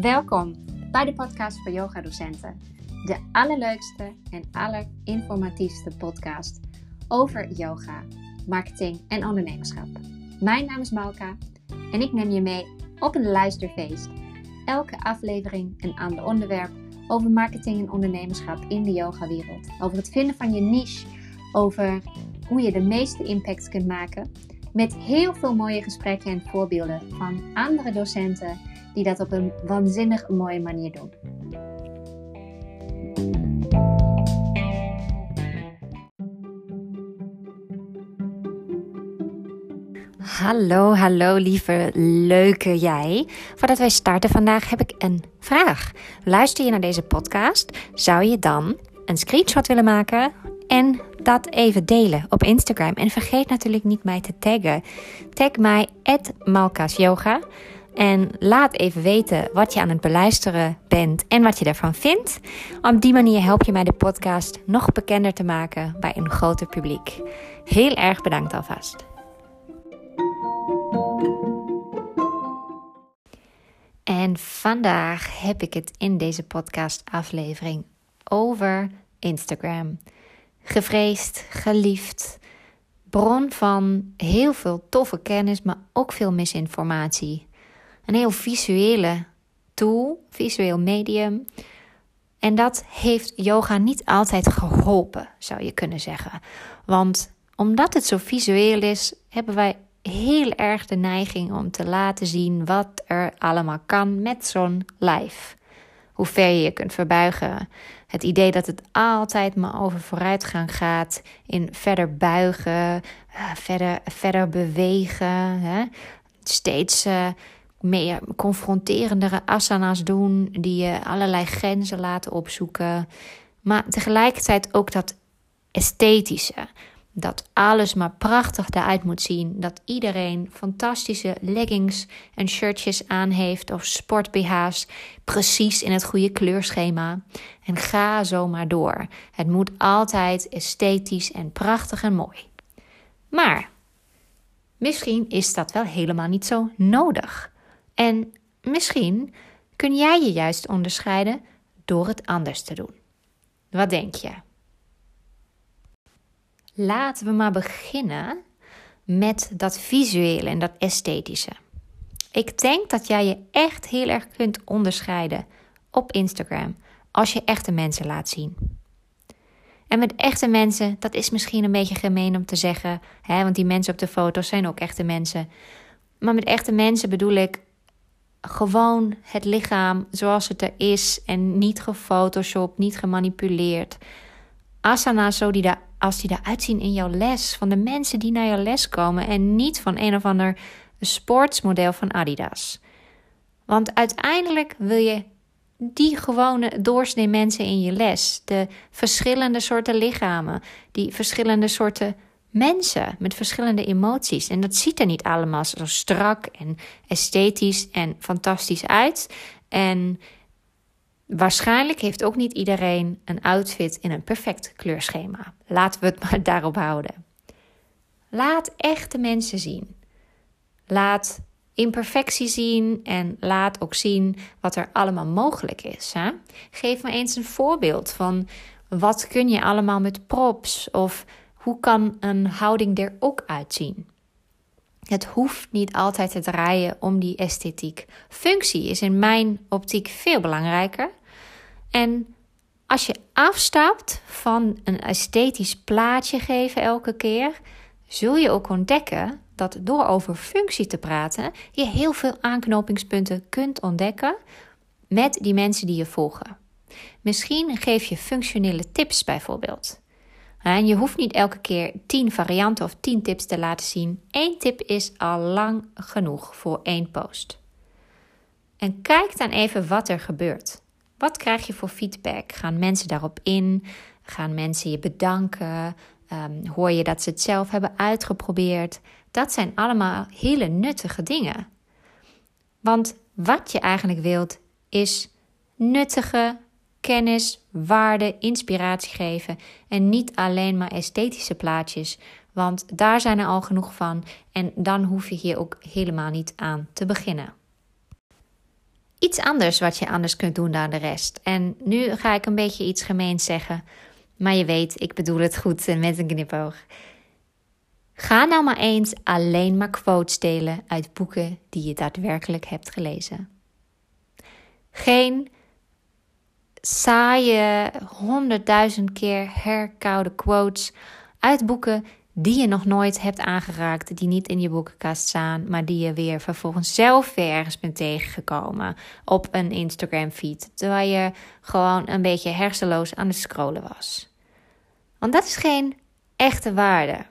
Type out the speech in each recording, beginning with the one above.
Welkom bij de podcast voor yogadocenten. De allerleukste en allerinformatiefste podcast over yoga, marketing en ondernemerschap. Mijn naam is Malka en ik neem je mee op een luisterfeest. Elke aflevering een ander onderwerp over marketing en ondernemerschap in de yogawereld. Over het vinden van je niche, over hoe je de meeste impact kunt maken. Met heel veel mooie gesprekken en voorbeelden van andere docenten die dat op een waanzinnig mooie manier doen. Hallo lieve leuke jij. Voordat wij starten vandaag heb ik een vraag. Luister je naar deze podcast? Zou je dan een screenshot willen maken en dat even delen op Instagram? En vergeet natuurlijk niet mij te taggen. Tag mij @malkasyoga. En laat even weten wat je aan het beluisteren bent en wat je ervan vindt. Op die manier help je mij de podcast nog bekender te maken bij een groter publiek. Heel erg bedankt alvast. En vandaag heb ik het in deze podcastaflevering over Instagram. Gevreesd, geliefd, bron van heel veel toffe kennis, maar ook veel misinformatie. Een heel visuele tool, visueel medium. En dat heeft yoga niet altijd geholpen, zou je kunnen zeggen. Want omdat het zo visueel is, hebben wij heel erg de neiging om te laten zien wat er allemaal kan met zo'n lijf. Hoe ver je je kunt verbuigen. Het idee dat het altijd maar over vooruitgang gaat. In verder buigen, verder bewegen. Steeds meer confronterendere asana's doen. Die je allerlei grenzen laten opzoeken. Maar tegelijkertijd ook dat esthetische. Dat alles maar prachtig eruit moet zien. Dat iedereen fantastische leggings en shirtjes aan heeft. Of sport-BH's. Precies in het goede kleurschema. En ga zo maar door. Het moet altijd esthetisch en prachtig en mooi. Maar misschien is dat wel helemaal niet zo nodig. En misschien kun jij je juist onderscheiden door het anders te doen. Wat denk je? Laten we maar beginnen met dat visuele en dat esthetische. Ik denk dat jij je echt heel erg kunt onderscheiden op Instagram als je echte mensen laat zien. En met echte mensen, dat is misschien een beetje gemeen om te zeggen, want die mensen op de foto's zijn ook echte mensen. Maar met echte mensen bedoel ik gewoon het lichaam zoals het er is en niet gefotoshopt, niet gemanipuleerd. Asana's als die eruit zien in jouw les, van de mensen die naar jouw les komen en niet van een of ander sportsmodel van Adidas. Want uiteindelijk wil je die gewone doorsnee mensen in je les, de verschillende soorten lichamen, die verschillende soorten mensen met verschillende emoties. En dat ziet er niet allemaal zo strak en esthetisch en fantastisch uit. En waarschijnlijk heeft ook niet iedereen een outfit in een perfect kleurschema. Laten we het maar daarop houden. Laat echte mensen zien. Laat imperfectie zien en laat ook zien wat er allemaal mogelijk is. Hè? Geef me eens een voorbeeld van wat kun je allemaal met props of hoe kan een houding er ook uitzien. Het hoeft niet altijd te draaien om die esthetiek. Functie is in mijn optiek veel belangrijker. En als je afstapt van een esthetisch plaatje geven elke keer, zul je ook ontdekken dat door over functie te praten, je heel veel aanknopingspunten kunt ontdekken met die mensen die je volgen. Misschien geef je functionele tips bijvoorbeeld. En je hoeft niet elke keer 10 varianten of 10 tips te laten zien. 1 tip is al lang genoeg voor 1 post. En kijk dan even wat er gebeurt. Wat krijg je voor feedback? Gaan mensen daarop in? Gaan mensen je bedanken? Hoor je dat ze het zelf hebben uitgeprobeerd? Dat zijn allemaal hele nuttige dingen. Want wat je eigenlijk wilt is nuttige kennis, waarde, inspiratie geven en niet alleen maar esthetische plaatjes, want daar zijn er al genoeg van en dan hoef je hier ook helemaal niet aan te beginnen. iets anders wat je anders kunt doen dan de rest. En nu ga ik een beetje iets gemeens zeggen. Maar je weet, ik bedoel het goed en met een knipoog. Ga nou maar eens alleen maar quotes delen uit boeken die je daadwerkelijk hebt gelezen. Geen saaie 100.000 keer herkoude quotes uit boeken die je nog nooit hebt aangeraakt, die niet in je boekenkast staan, maar die je weer vervolgens zelf weer ergens bent tegengekomen op een Instagram feed, terwijl je gewoon een beetje hersenloos aan het scrollen was. Want dat is geen echte waarde.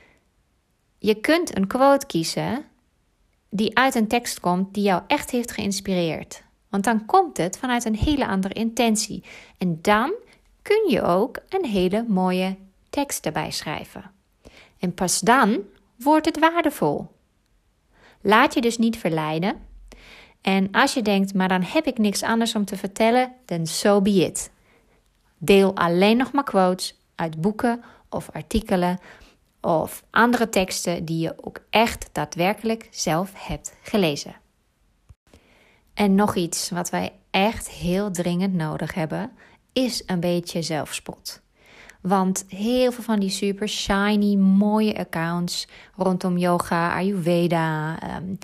Je kunt een quote kiezen die uit een tekst komt die jou echt heeft geïnspireerd. Want dan komt het vanuit een hele andere intentie. En dan kun je ook een hele mooie tekst erbij schrijven. En pas dan wordt het waardevol. Laat je dus niet verleiden. En als je denkt, maar dan heb ik niks anders om te vertellen, dan so be it. Deel alleen nog maar quotes uit boeken of artikelen of andere teksten die je ook echt daadwerkelijk zelf hebt gelezen. En nog iets wat wij echt heel dringend nodig hebben, is een beetje zelfspot. Want heel veel van die super shiny, mooie accounts rondom yoga, Ayurveda,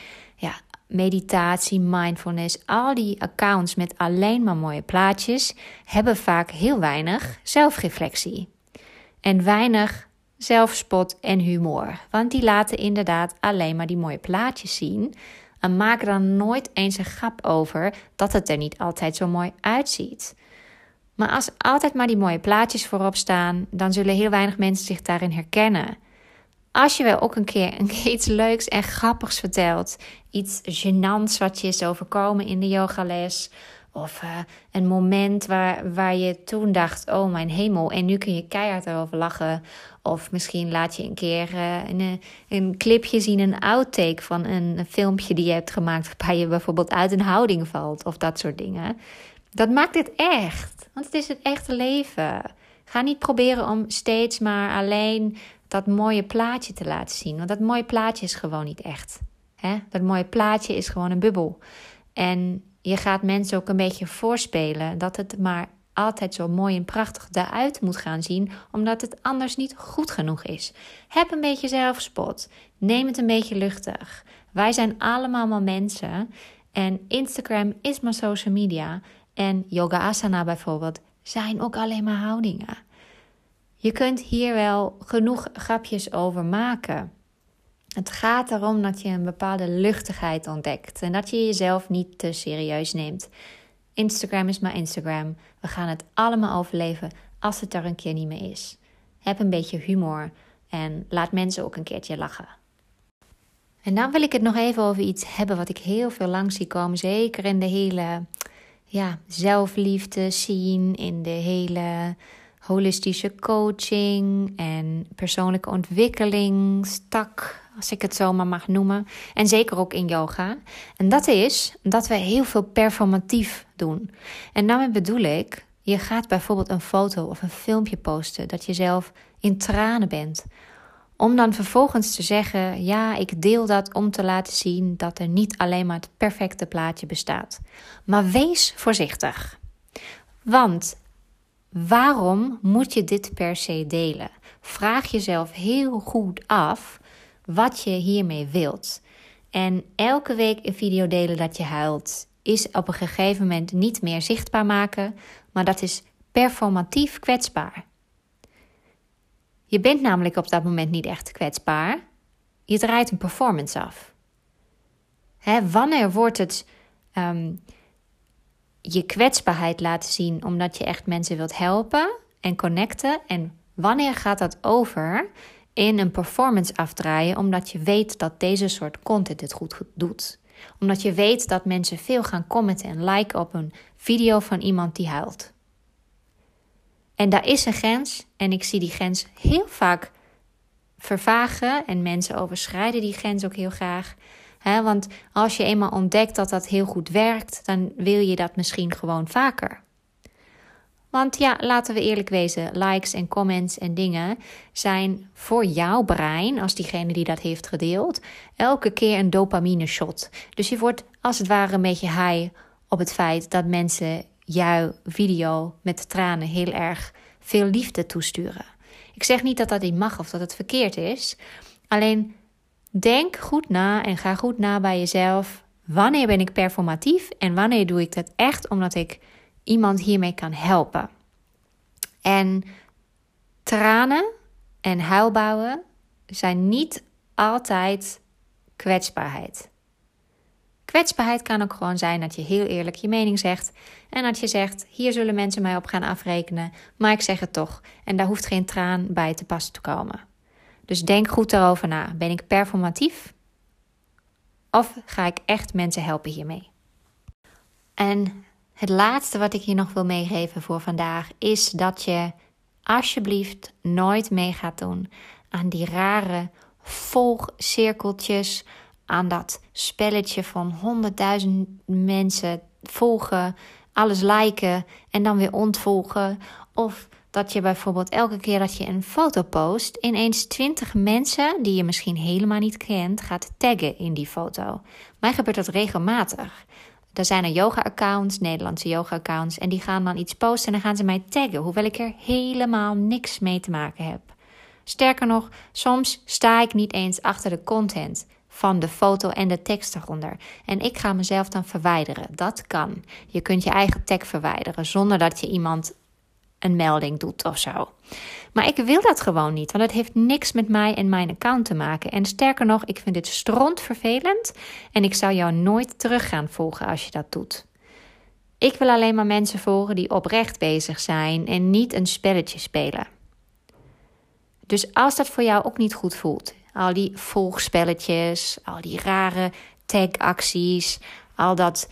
meditatie, mindfulness, al die accounts met alleen maar mooie plaatjes, hebben vaak heel weinig zelfreflectie. En weinig zelfspot en humor. Want die laten inderdaad alleen maar die mooie plaatjes zien en maken dan nooit eens een grap over dat het er niet altijd zo mooi uitziet. Maar als altijd maar die mooie plaatjes voorop staan, dan zullen heel weinig mensen zich daarin herkennen. Als je wel ook een keer iets leuks en grappigs vertelt, iets gênants wat je is overkomen in de yogales, of een moment waar je toen dacht, oh mijn hemel, en nu kun je keihard erover lachen. Of misschien laat je een keer een clipje zien, een outtake van een filmpje die je hebt gemaakt, waarbij je bijvoorbeeld uit een houding valt, of dat soort dingen. Dat maakt het echt, want het is het echte leven. Ga niet proberen om steeds maar alleen dat mooie plaatje te laten zien. Want dat mooie plaatje is gewoon niet echt. Dat mooie plaatje is gewoon een bubbel. En je gaat mensen ook een beetje voorspelen dat het maar altijd zo mooi en prachtig eruit moet gaan zien, omdat het anders niet goed genoeg is. Heb een beetje zelfspot. Neem het een beetje luchtig. Wij zijn allemaal maar mensen. En Instagram is maar social media. En yoga asana bijvoorbeeld zijn ook alleen maar houdingen. Je kunt hier wel genoeg grapjes over maken. Het gaat erom dat je een bepaalde luchtigheid ontdekt. En dat je jezelf niet te serieus neemt. Instagram is maar Instagram. We gaan het allemaal overleven als het er een keer niet meer is. Heb een beetje humor. En laat mensen ook een keertje lachen. En dan wil ik het nog even over iets hebben wat ik heel veel langs zie komen. Zeker in de hele zelfliefde scene. In de hele holistische coaching en persoonlijke ontwikkelingstak, als ik het zo maar mag noemen. En zeker ook in yoga. En dat is dat we heel veel performatief doen. En daarmee bedoel ik, je gaat bijvoorbeeld een foto of een filmpje posten dat je zelf in tranen bent. Om dan vervolgens te zeggen, ja, ik deel dat om te laten zien dat er niet alleen maar het perfecte plaatje bestaat. Maar wees voorzichtig. Want waarom moet je dit per se delen? Vraag jezelf heel goed af wat je hiermee wilt. En elke week een video delen dat je huilt is op een gegeven moment niet meer zichtbaar maken, maar dat is performatief kwetsbaar. Je bent namelijk op dat moment niet echt kwetsbaar. Je draait een performance af. Wanneer wordt het je kwetsbaarheid laten zien omdat je echt mensen wilt helpen en connecten? En wanneer gaat dat over in een performance afdraaien omdat je weet dat deze soort content het goed doet? Omdat je weet dat mensen veel gaan commenten en liken op een video van iemand die huilt. En daar is een grens en ik zie die grens heel vaak vervagen en mensen overschrijden die grens ook heel graag. Want als je eenmaal ontdekt dat dat heel goed werkt, dan wil je dat misschien gewoon vaker. Want ja, laten we eerlijk wezen, likes en comments en dingen zijn voor jouw brein, als diegene die dat heeft gedeeld, elke keer een dopamine shot. Dus je wordt als het ware een beetje high op het feit dat mensen jouw video met tranen heel erg veel liefde toesturen. Ik zeg niet dat dat niet mag of dat het verkeerd is. Alleen denk goed na en ga goed na bij jezelf. Wanneer ben ik performatief en wanneer doe ik dat echt omdat ik iemand hiermee kan helpen? En tranen en huilbouwen zijn niet altijd kwetsbaarheid. Kwetsbaarheid kan ook gewoon zijn dat je heel eerlijk je mening zegt. En dat je zegt, hier zullen mensen mij op gaan afrekenen. Maar ik zeg het toch. En daar hoeft geen traan bij te pas te komen. Dus denk goed daarover na. Ben ik performatief? Of ga ik echt mensen helpen hiermee? En het laatste wat ik je nog wil meegeven voor vandaag is dat je alsjeblieft nooit mee gaat doen aan die rare volgcirkeltjes, aan dat spelletje van 100.000 mensen volgen, alles liken en dan weer ontvolgen. Of dat je bijvoorbeeld elke keer dat je een foto post, ineens 20 mensen die je misschien helemaal niet kent, gaat taggen in die foto. Mij gebeurt dat regelmatig. Er zijn er yoga-accounts, Nederlandse yoga-accounts, en die gaan dan iets posten en dan gaan ze mij taggen, hoewel ik er helemaal niks mee te maken heb. Sterker nog, soms sta ik niet eens achter de content van de foto en de tekst eronder. En ik ga mezelf dan verwijderen. Dat kan. Je kunt je eigen tag verwijderen zonder dat je iemand een melding doet of zo. Maar ik wil dat gewoon niet, want het heeft niks met mij en mijn account te maken. En sterker nog, ik vind dit strontvervelend en ik zou jou nooit terug gaan volgen als je dat doet. Ik wil alleen maar mensen volgen die oprecht bezig zijn en niet een spelletje spelen. Dus als dat voor jou ook niet goed voelt, al die volgspelletjes, al die rare tagacties, al dat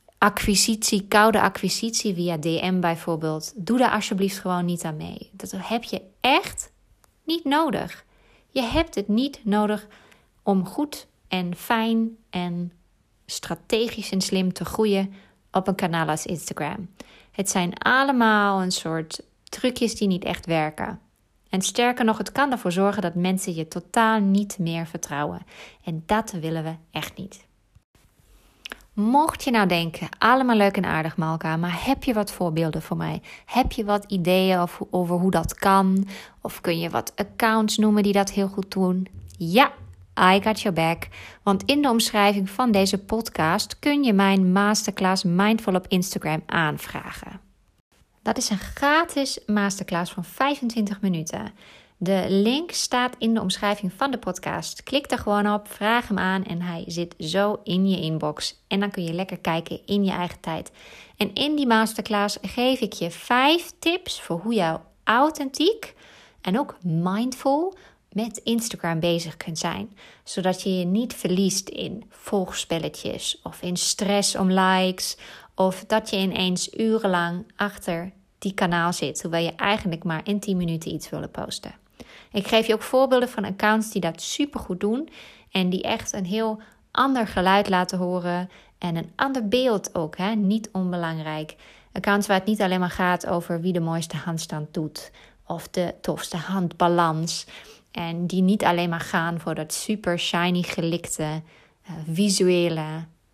koude acquisitie via DM bijvoorbeeld, doe daar alsjeblieft gewoon niet aan mee. Dat heb je echt niet nodig. Je hebt het niet nodig om goed en fijn en strategisch en slim te groeien op een kanaal als Instagram. Het zijn allemaal een soort trucjes die niet echt werken. En sterker nog, het kan ervoor zorgen dat mensen je totaal niet meer vertrouwen. En dat willen we echt niet. Mocht je nou denken, allemaal leuk en aardig Malka, maar heb je wat voorbeelden voor mij? Heb je wat ideeën over hoe dat kan? Of kun je wat accounts noemen die dat heel goed doen? Ja, I got your back. Want in de omschrijving van deze podcast kun je mijn masterclass Mindful op Instagram aanvragen. Dat is een gratis masterclass van 25 minuten. De link staat in de omschrijving van de podcast. Klik er gewoon op, vraag hem aan en hij zit zo in je inbox. En dan kun je lekker kijken in je eigen tijd. En in die masterclass geef ik je 5 tips voor hoe je authentiek en ook mindful met Instagram bezig kunt zijn. Zodat je je niet verliest in volgspelletjes of in stress om likes. Of dat je ineens urenlang achter die kanaal zit, terwijl je eigenlijk maar in 10 minuten iets willen posten. Ik geef je ook voorbeelden van accounts die dat supergoed doen en die echt een heel ander geluid laten horen en een ander beeld ook, niet onbelangrijk. Accounts waar het niet alleen maar gaat over wie de mooiste handstand doet of de tofste handbalans. En die niet alleen maar gaan voor dat super shiny gelikte visuele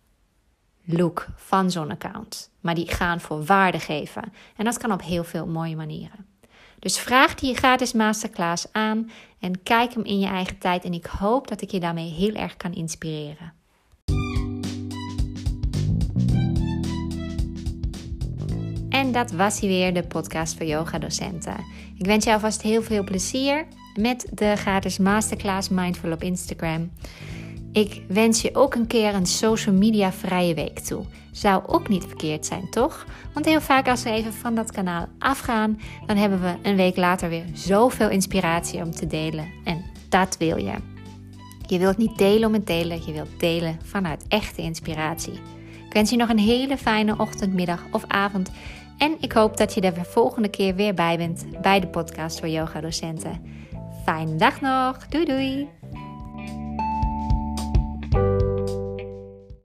look van zo'n account. Maar die gaan voor waarde geven. En dat kan op heel veel mooie manieren. Dus vraag die gratis masterclass aan en kijk hem in je eigen tijd. En ik hoop dat ik je daarmee heel erg kan inspireren. En dat was hij weer, de podcast voor yogadocenten. Ik wens je alvast heel veel plezier met de gratis masterclass Mindful op Instagram. Ik wens je ook een keer een social media vrije week toe. Zou ook niet verkeerd zijn, toch? Want heel vaak als we even van dat kanaal afgaan, dan hebben we een week later weer zoveel inspiratie om te delen. En dat wil je. Je wilt niet delen om het delen, je wilt delen vanuit echte inspiratie. Ik wens je nog een hele fijne ochtend, middag of avond. En ik hoop dat je er de volgende keer weer bij bent bij de podcast voor yogadocenten. Fijne dag nog. Doei doei.